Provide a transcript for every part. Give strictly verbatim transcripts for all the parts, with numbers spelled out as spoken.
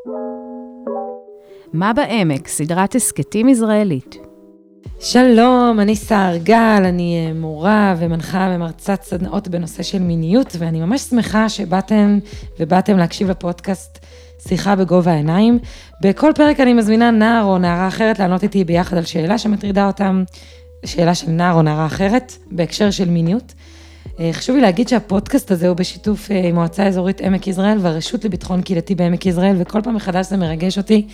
מה בעמק? סדרת הסקטים ישראלית. שלום, אני סער גל, אני מורה ומנחה ומרצת סדנאות בנושא של מיניות, ואני ממש שמחה שבאתם ובאתם להקשיב לפודקאסט שיחה בגובה העיניים. בכל פרק אני מזמינה נער או נערה אחרת לענות איתי ביחד על שאלה שמטרידה אותם, שאלה של נער או נערה אחרת, בהקשר של מיניות. חשוב לי להגיד שהפודקאסט הזה הוא בשיתוף עם מועצה אזורית עמק יזרעאל והרשות לביטחון קהילתי בעמק יזרעאל, וכל פעם מחדש זה מרגש אותי,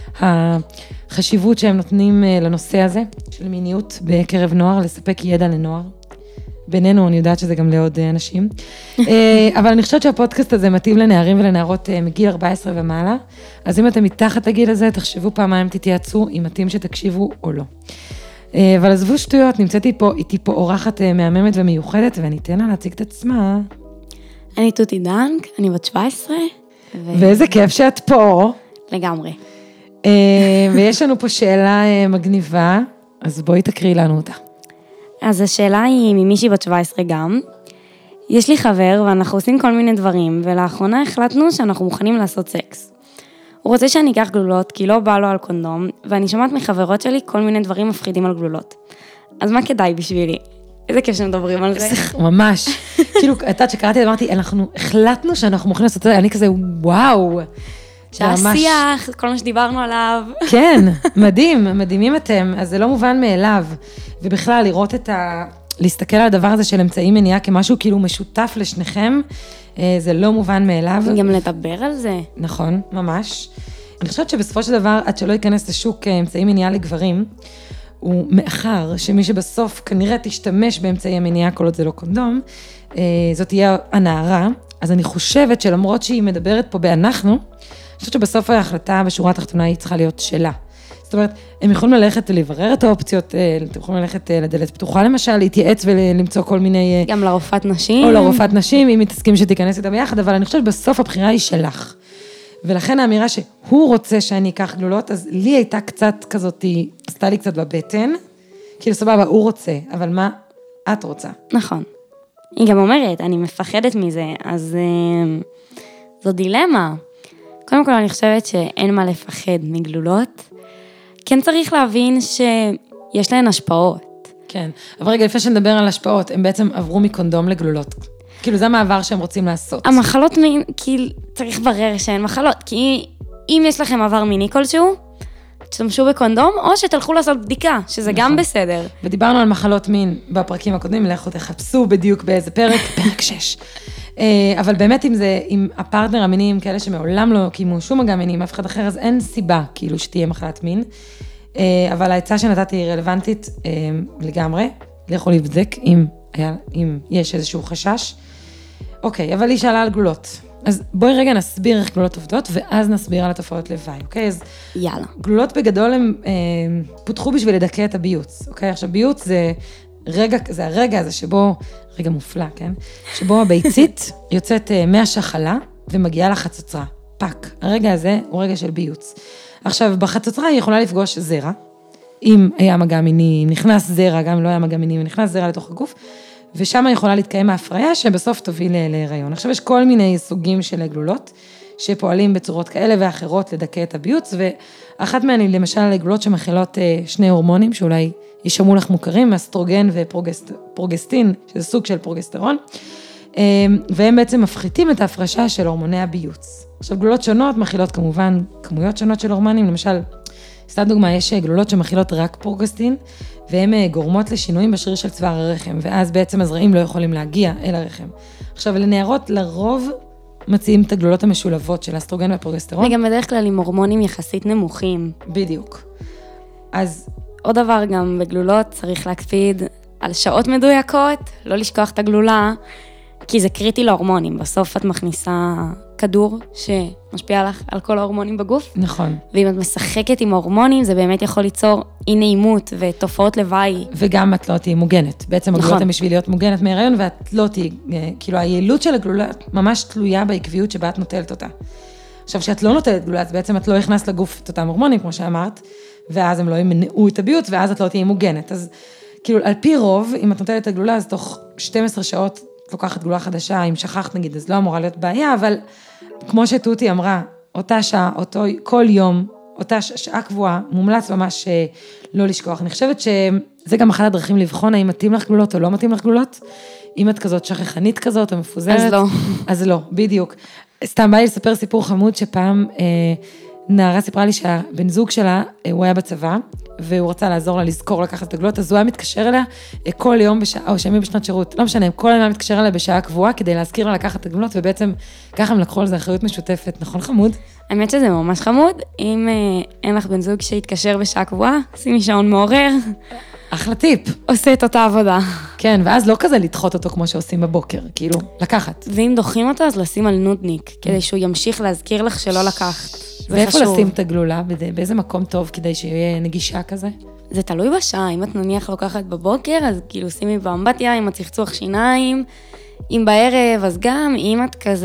החשיבות שהם נותנים לנושא הזה, של מיניות בקרב נוער, לספק ידע לנוער. בינינו, אני יודעת שזה גם לעוד אנשים. אבל אני חושבת שהפודקאסט הזה מתאים לנערים ולנערות מגיל ארבע עשרה ומעלה, אז אם אתם מתחת לגיל הזה, תחשבו פעמיים, תתייעצו, אם מתאים שתקשיבו או לא. אבל עזבו שטויות, נמצאתי פה, איתי פה אורחת מהממת ומיוחדת, ואני אתן לה להציג את עצמה. אני תותי דנק, אני בת שבע עשרה. ו... ואיזה כיף שאת פה. לגמרי. ויש לנו פה שאלה מגניבה, אז בואי תקריא לנו אותה. אז השאלה היא ממישהי בת שבע עשרה גם. יש לי חבר ואנחנו עושים כל מיני דברים, ולאחרונה החלטנו שאנחנו מוכנים לעשות סקס. הוא רוצה שאני אקח גלולות, כי לא בא לו על קונדום, ואני שומעת מחברות שלי כל מיני דברים מפחידים על גלולות. אז מה כדאי בשבילי? איזה כיף שמדברים על זה. ממש. כאילו, אתה שקראתי, אמרתי, אנחנו החלטנו שאנחנו מוכנים לעשות את זה, אני כזה, וואו. שהשיח, כל מה שדיברנו עליו. כן, מדהים, מדהימים אתם, אז זה לא מובן מאליו. ובכלל, לראות את ה... להסתכל על הדבר הזה של אמצעי מניעה כמשהו כאילו משותף לשניכם, זה לא מובן מאליו. גם לדבר על זה. נכון, ממש. אני חושבת שבסופו של דבר, עד שלא ייכנס לשוק אמצעי מניעה לגברים, הוא מאחר שמי שבסוף כנראה תשתמש באמצעי המניעה, כל עוד זה לא קונדום, זאת תהיה הנערה. אז אני חושבת שלמרות שהיא מדברת פה באנחנו, אני חושבת שבסוף ההחלטה בשורה התחתונה היא צריכה להיות שלה. זאת אומרת, הם יכולים ללכת לברר את האופציות, אתם יכולים ללכת לדלת פתוחה למשל, להתייעץ ולמצוא כל מיני... גם לרופאת נשים. או לרופאת נשים, אם היא תסכים שתיכנס איתה ביחד, אבל אני חושבת שבסוף הבחירה היא שלך. ולכן האמירה שהוא רוצה שאני אקח גלולות, אז לי הייתה קצת כזאת, עשתה לי קצת בבטן, כאילו סבבה, הוא רוצה, אבל מה את רוצה? נכון. היא גם אומרת, אני מפחדת מזה, אז זו דילמה. קודם כל אני חושבת שאין מה לפחד מגלולות, כן צריך להבין שיש להן השפעות. כן, אבל רגע, לפני שנדבר על השפעות, הם בעצם עברו מקונדום לגלולות. כאילו, זה המעבר שהם רוצים לעשות. המחלות מין, כאילו, צריך ברר שהן מחלות, כי אם יש לכם עבר מיני כלשהו, תשתמשו בקונדום, או שתלכו לעשות בדיקה, שזה נכון. גם בסדר. ודיברנו על מחלות מין בפרקים הקודמים, לכו תחפשו בדיוק באיזה פרק, פרק שש. אבל באמת אם זה, אם הפרטנר המינים כאלה שמעולם לא קיימו שום מגע מיני עם אף אחד אחר, אז אין סיבה כאילו שתהיה מחלת מין. אבל ההצעה שנתתי היא רלוונטית לגמרי, לכו לבדק אם, אם יש איזשהו חשש. אוקיי, אבל היא שאלה על גלולות. אז בואי רגע נסביר איך גלולות עובדות, ואז נסביר על התופעות לוואי, אוקיי? אז יאללה. גלולות בגדול הם אה, פותחו בשביל לדכא את הביוץ, אוקיי? עכשיו, ביוץ זה רגע, זה הרגע הזה שבו, רגע מופלא, כן? שבו הביצית יוצאת אה, מהשחלה ומגיעה לחצוצרה, פק. הרגע הזה הוא רגע של ביוץ. עכשיו, בחצוצרה היא יכולה לפגוש זרע, אם היה מגע מיני, נכנס זרע, גם אם לא היה מגע מיני, ונכנס זרע לתוך הגוף, ושם יכולה להתקיים ההפריה שבסוף תוביל להיריון. עכשיו יש כל מיני סוגים של גלולות שפועלים בצורות כאלה ואחרות לדכא את הביוץ, ואחת מהן היא למשל גלולות שמכילות שני הורמונים שאולי יישמעו לך מוכרים, אסטרוגן ופרוגסטין, שזה סוג של פרוגסטרון, והם בעצם מפחיתים את ההפרשה של הורמוני הביוץ. עכשיו גלולות שונות מכילות כמובן כמויות שונות של הורמונים, למשל, סתם דוגמה, יש גלולות שמכילות רק פרוגסטין, והן גורמות לשינויים בשריר של צוואר הרחם, ואז בעצם הזרעים לא יכולים להגיע אל הרחם. עכשיו, לנערות לרוב מציעים את הגלולות המשולבות של אסטרוגן ופרוגסטרון. וגם בדרך כלל עם הורמונים יחסית נמוכים. בדיוק. אז עוד דבר גם בגלולות צריך להקפיד על שעות מדויקות, לא לשכוח את הגלולה, כי זה קריטי להורמונים. בסוף את מכניסה כדור שמשפיע לך על כל ההורמונים בגוף. נכון. ואם את משחקת עם ההורמונים, זה באמת יכול ליצור אי נעימות ותופעות לוואי. וגם את לא תהיי מוגנת. בעצם הגלולות הן בשביל להיות מוגנת מהיריון, ואת לא תהיי, כאילו היעילות של הגלולה ממש תלויה בעקביות שבה את נוטלת אותה. עכשיו, כשאת לא נוטלת גלולה, אז בעצם את לא הכנסת לגוף את אותם הורמונים, כמו שאמרת, ואז הם לא ימנעו את הביוט, ואז את לא תהיי מוגנת. אז כאילו, על פי רוב, אם את נוטלת את הגלולה, אז תוך שתים עשרה שעות לוקחת גלולה חדשה, אם שכחת נגיד, אז לא אמורה להיות בעיה, אבל כמו שטותי אמרה, אותה שעה, אותו, כל יום, אותה שעה קבועה, מומלץ ממש לא לשכוח. אני חושבת שזה גם אחת הדרכים לבחון, האם מתאים לך גלולות או לא מתאים לך גלולות. אם את כזאת שכחנית כזאת או מפוזרת. אז לא. אז לא, בדיוק. סתם בא לי לספר סיפור חמוד שפעם אה, נערה סיפרה לי שהבן זוג שלה, אה, הוא היה בצבא, והוא רצה לעזור לה לזכור לקחת את הגלולות, אז הוא היה מתקשר אליה אה, כל יום בשעה, או שהם בשנת שירות, לא משנה, כל יום היה מתקשר אליה בשעה קבועה, כדי להזכיר לה לקחת את הגלולות, ובעצם ככה הם לקחו על זה אחריות משותפת, נכון חמוד? האמת שזה ממש חמוד, אם אה, אין לך בן זוג שיתקשר בשעה קבועה, שימי שעון מעורר. אחלה טיפ. עושה את אותה עבודה. כן, ואז לא כזה לדחות אותו כמו שעושים בבוקר, כאילו, לקחת. ואם דוחים אותו, אז לשים על נודניק, כדי שהוא ימשיך להזכיר לך שלא לקחת. ואיפה לשים את הגלולה? באיזה מקום טוב כדי שיהיה נגישה כזה? זה תלוי בשעה, אם את נניח לוקחת בבוקר, אז כאילו שימי באמבטיה עם הצחצוח שיניים, אם בערב, אז גם, אם את כזה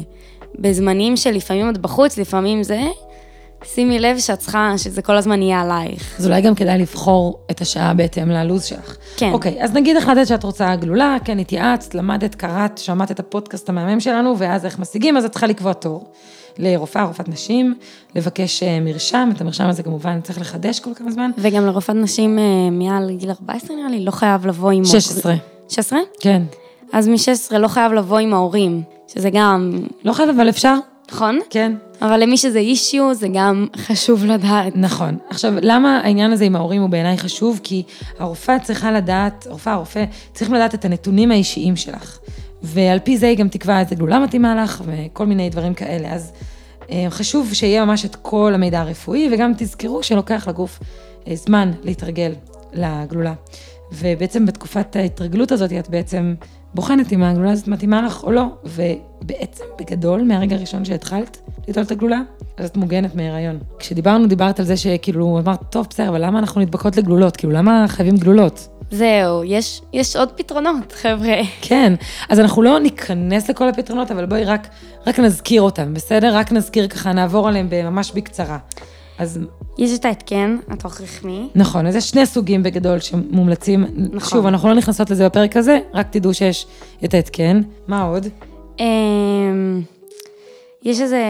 בזמנים שלפעמים את בחוץ, לפעמים זה, שימי לב שאת צריכה, שזה כל הזמן יהיה עלייך. אז אולי גם כדאי לבחור את השעה בהתאם ללוז שלך. כן. אוקיי, אז נגיד החלטת שאת רוצה גלולה, כן, התייעצת, למדת, קראת, שמעת את הפודקאסט המהמם שלנו, ואז איך משיגים, אז את צריכה לקבוע תור לרופאה, רופאת נשים, לבקש מרשם, את המרשם הזה כמובן צריך לחדש כל כמה זמן. וגם לרופאת נשים מעל גיל ארבע עשרה נראה לי, לא חייב לבוא עם... שש עשרה. שש עשרה? כן. אז מ-שש עשרה לא חייב לבוא עם ההורים, שזה גם... לא חייב, אבל אפשר. נכון? כן. אבל למי שזה אישיו, זה גם חשוב לדעת. נכון. עכשיו, למה העניין הזה עם ההורים הוא בעיניי חשוב? כי הרופאה צריכה לדעת, הרופאה, הרופא, צריכים לדעת את הנתונים האישיים שלך. ועל פי זה היא גם תקבע איזה גלולה מתאימה לך, וכל מיני דברים כאלה. אז חשוב שיהיה ממש את כל המידע הרפואי, וגם תזכרו שלוקח לגוף זמן להתרגל לגלולה. ובעצם בתקופת ההתרגלות הזאת, את בעצם בוחנת אם הגלולה הזאת מתאימה לך או לא, ובעצם בגדול, מהרגע הראשון שהתחלת ליטול את הגלולה, אז את מוגנת מהיריון. כשדיברנו, דיברת על זה שכאילו, אמרת, טוב, בסדר, אבל למה אנחנו נדבקות לגלולות? כאילו, למה חייבים גלולות? זהו, יש, יש עוד פתרונות, חבר'ה. כן, אז אנחנו לא ניכנס לכל הפתרונות, אבל בואי רק, רק נזכיר אותם, בסדר? רק נזכיר ככה, נעבור עליהם ממש בקצרה. אז... יש את ההתקן, התוך רחמי. נכון, אז יש שני סוגים בגדול שמומלצים. נכון. שוב, אנחנו לא נכנסות לזה בפרק הזה, רק תדעו שיש את ההתקן. מה עוד? יש איזה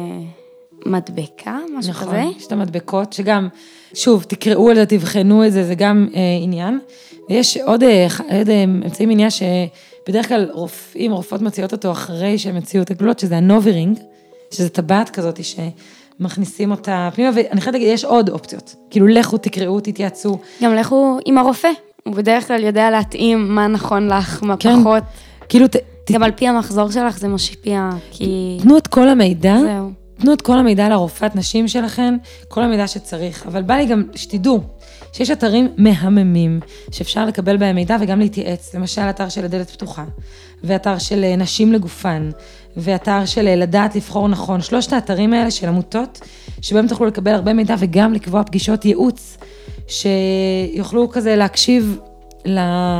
מדבקה, משהו נכון, כזה. נכון, יש את המדבקות, שגם, שוב, תקראו על זה, תבחנו את זה, זה גם אה, עניין. ויש עוד, אה, עוד אה, אמצעי מניעה שבדרך כלל רופאים, רופאות מציעות אותו אחרי שהם הציעו את הגלולות, שזה הנוברינג, שזה טבעת כזאת ש... מכניסים אותה פנימה, ואני חייבת להגיד, יש עוד אופציות. כאילו, לכו, תקראו, תתייעצו. גם לכו עם הרופא. הוא בדרך כלל יודע להתאים מה נכון לך, מה כן. פחות. כאילו, ת, ת... גם על פי המחזור שלך זה משפיע, כי... תנו את כל המידע. זהו. תנו את כל המידע לרופאת נשים שלכן, כל המידע שצריך. אבל בא לי גם שתדעו, שיש אתרים מהממים, שאפשר לקבל בהם מידע וגם להתייעץ. למשל, אתר של הדלת פתוחה, ואתר של נשים לגופן, ואתר של לדעת לבחור נכון. שלושת האתרים האלה של עמותות, שבהם תוכלו לקבל הרבה מידע וגם לקבוע פגישות ייעוץ, שיוכלו כזה להקשיב ל...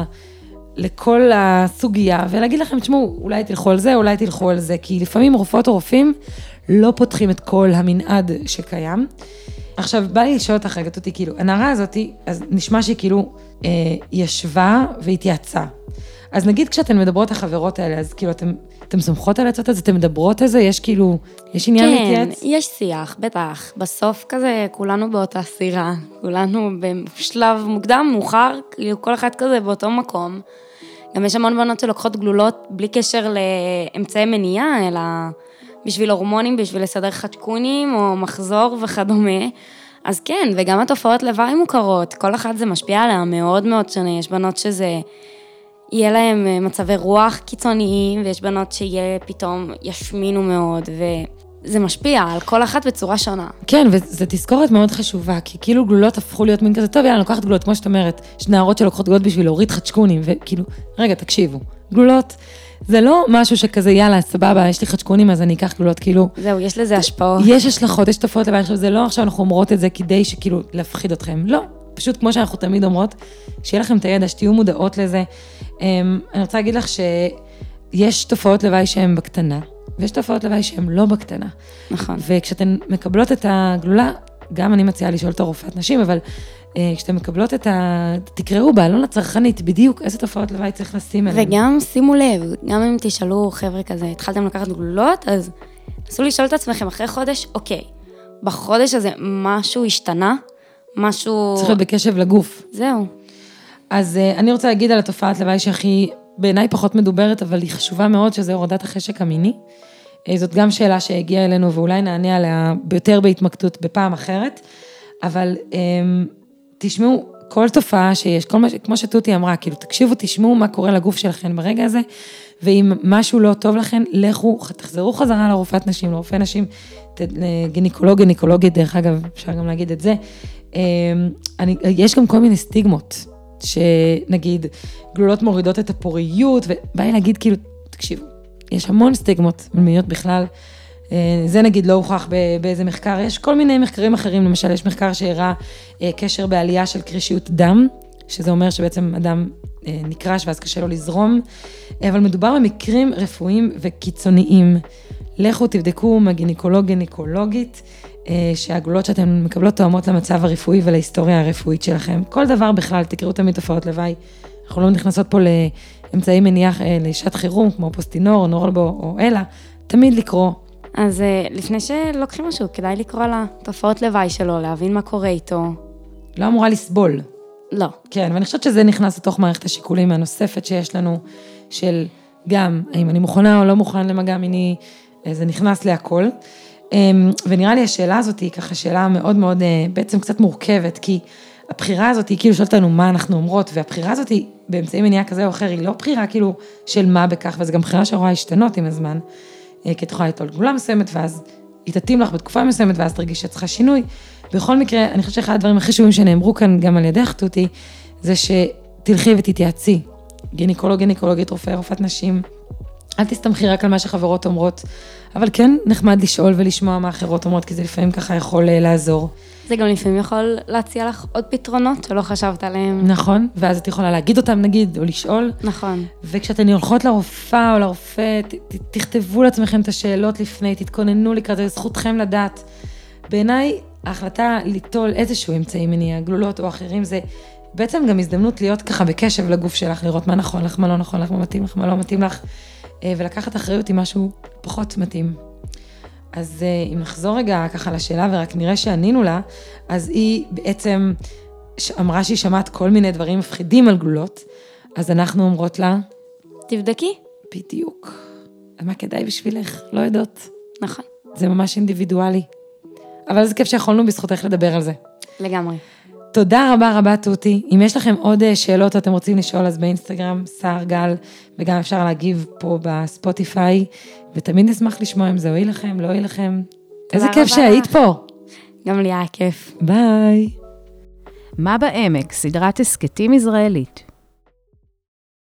לכל הסוגיה, ולהגיד לכם, תשמעו, אולי תלכו על זה, אולי תלכו על זה, כי לפעמים רופאות או רופאים לא פותחים את כל המנעד שקיים. עכשיו, בא לי לשאול אותך רגע, אותי, כאילו, הנערה הזאת, אז נשמע שהיא כאילו אה, ישבה והתייעצה. אז נגיד כשאתן מדברות החברות האלה, אז כאילו אתן, אתן סומכות על עצות, אז אתן מדברות על זה, יש כאילו, יש עניין כן, להתייעץ? כן, יש שיח, בטח. בסוף כזה, כולנו באותה סירה, כולנו בשלב מוקדם, מאוחר, כאילו כל אחד כזה באותו מקום. גם יש המון בנות שלוקחות גלולות בלי קשר לאמצעי מניעה, אלא בשביל הורמונים, בשביל לסדר חדשקונים או מחזור וכדומה. אז כן, וגם התופעות לוואי מוכרות, כל אחד זה משפיע עליה מאוד מאוד שונה. יש בנות שזה יהיה להם מצבי רוח קיצוניים, ויש בנות שיהיה פתאום ישמינו מאוד, וזה משפיע על כל אחת בצורה שונה. כן, וזו תזכורת מאוד חשובה, כי כאילו גלולות הפכו להיות מין כזה, טוב, יאללה, לוקחת גלולות, כמו שאת אומרת, יש נערות שלוקחות גלולות בשביל להוריד חדשקונים, וכאילו, רגע, תקשיבו, גלולות, זה לא משהו שכזה, יאללה, סבבה, יש לי חדשקונים, אז אני אקח גלולות, כאילו... זהו, יש לזה השפעות. יש השלכות, יש תופעות לוואי, עכשיו, זה לא עכשיו אנחנו אומרות את זה כדי שכאילו להפחיד אתכם, לא, פשוט כמו שאנחנו תמיד אומרות, שיהיה לכם את הידע, שתהיו מודעות לזה. אני רוצה להגיד לך שיש תופעות לוואי שהן בקטנה, ויש תופעות לוואי שהן לא בקטנה. נכון. וכשאתן מקבלות את הגלולה, גם אני מציעה לשאול את הרופאת נשים, אבל כשאתן מקבלות את ה... תקראו בעלון הצרכנית, בדיוק איזה תופעות לוואי צריך לשים אליהם. וגם שימו לב, גם אם תשאלו חבר'ה כזה, התחלתם לקחת גלולות, אז נסו לשאול את עצמכם אחרי חודש, אוקיי, בחודש הזה משהו השתנה, משהו... צריך להיות בקשב לגוף. זהו. אז uh, אני רוצה להגיד על התופעת לוואי שהכי בעיניי פחות מדוברת, אבל היא חשובה מאוד, שזה הורדת החשק המיני. Uh, זאת גם שאלה שהגיעה אלינו, ואולי נענה עליה יותר בהתמקדות בפעם אחרת, אבל um, תשמעו, כל תופעה שיש, כל מה, כמו שטוטי אמרה, כאילו תקשיבו, תשמעו מה קורה לגוף שלכם ברגע הזה, ואם משהו לא טוב לכם, לכו, תחזרו חזרה לרופאת נשים, לרופא נשים, גינקולוג, גינקולוגית, דרך אגב, אפשר גם להגיד את זה. אני, יש גם כל מיני סטיגמות, שנגיד, גלולות מורידות את הפוריות, ובא לי להגיד, כאילו, תקשיבו, יש המון סטיגמות מיניות בכלל, זה נגיד לא הוכח באיזה מחקר, יש כל מיני מחקרים אחרים, למשל יש מחקר שהראה קשר בעלייה של קרישיות דם, שזה אומר שבעצם אדם נקרש ואז קשה לו לזרום, אבל מדובר במקרים רפואיים וקיצוניים. לכו תבדקו מהגינקולוג גינקולוגית, שהגלולות שאתן מקבלות תואמות למצב הרפואי ולהיסטוריה הרפואית שלכם. כל דבר בכלל, תקראו תמיד תופעות לוואי, אנחנו לא נכנסות פה לאמצעי מניעה לשעת חירום, כמו פוסטינור, נורלבו או אלה, תמיד לקרוא. אז לפני שלוקחים משהו, כדאי לקרוא על התופעות לוואי שלו, להבין מה קורה איתו. לא אמורה לסבול. לא. כן, ואני חושבת שזה נכנס לתוך מערכת השיקולים הנוספת שיש לנו, של גם, האם אני מוכנה או לא מוכנה למגע מיני, זה נכנס להכל. ונראה לי השאלה הזאת היא ככה שאלה מאוד מאוד, בעצם קצת מורכבת, כי הבחירה הזאת היא כאילו שואלת לנו מה אנחנו אומרות, והבחירה הזאת היא באמצעי מניעה כזה או אחר, היא לא בחירה כאילו של מה בכך, וזה גם בחירה שרואה להשתנות עם הזמן, כי את יכולה לטול גלולה מסוימת, ואז היא תתאים לך בתקופה מסוימת, ואז תרגיש שצריכה שינוי. בכל מקרה, אני חושבת שאחד הדברים הכי חשובים שנאמרו כאן גם על ידך, טוטי, זה שתלכי ותתייעצי. גינקולוג, גינקולוגית, רופא, רופאת נשים. אל תסתמכי רק על מה שחברות אומרות, אבל כן נחמד לשאול ולשמוע מה אחרות אומרות, כי זה לפעמים ככה יכול לעזור. זה גם לפעמים יכול להציע לך עוד פתרונות שלא חשבת עליהם. נכון, ואז את יכולה להגיד אותם נגיד, או לשאול. נכון. וכשאתן הולכות לרופאה או לרופא, ת, ת, תכתבו לעצמכם את השאלות לפני, תתכוננו לקראת, זה זכותכם לדעת. בעיניי, ההחלטה ליטול איזשהו אמצעי מניעה, גלולות או אחרים, זה בעצם גם הזדמנות להיות ככה בקשב לגוף שלך, לראות מה נכון לך, מה לא נכון לך, מה מתאים לך, מה לא מתאים לך, ולקחת אחריות עם משהו פחות מתאים. אז אם נחזור רגע ככה לשאלה ורק נראה שענינו לה, אז היא בעצם אמרה שהיא שמעת כל מיני דברים מפחידים על גלולות, אז אנחנו אומרות לה, תבדקי. בדיוק. מה כדאי בשבילך? לא יודעות. נכון. זה ממש אינדיבידואלי. אבל זה כיף שיכולנו בזכותך לדבר על זה. לגמרי. תודה רבה רבה טוטי. אם יש לכם עוד שאלות או אתם רוצים לשאול, אז באינסטגרם, סער גל, וגם אפשר להגיב פה בספוטיפיי, ותמיד נשמח לשמוע אם זה הועיל לכם, לא הועיל לכם. איזה כיף שהיית פה. גם לי היה כיף. ביי. מה בעמק, סדרת הסקטים ישראלית.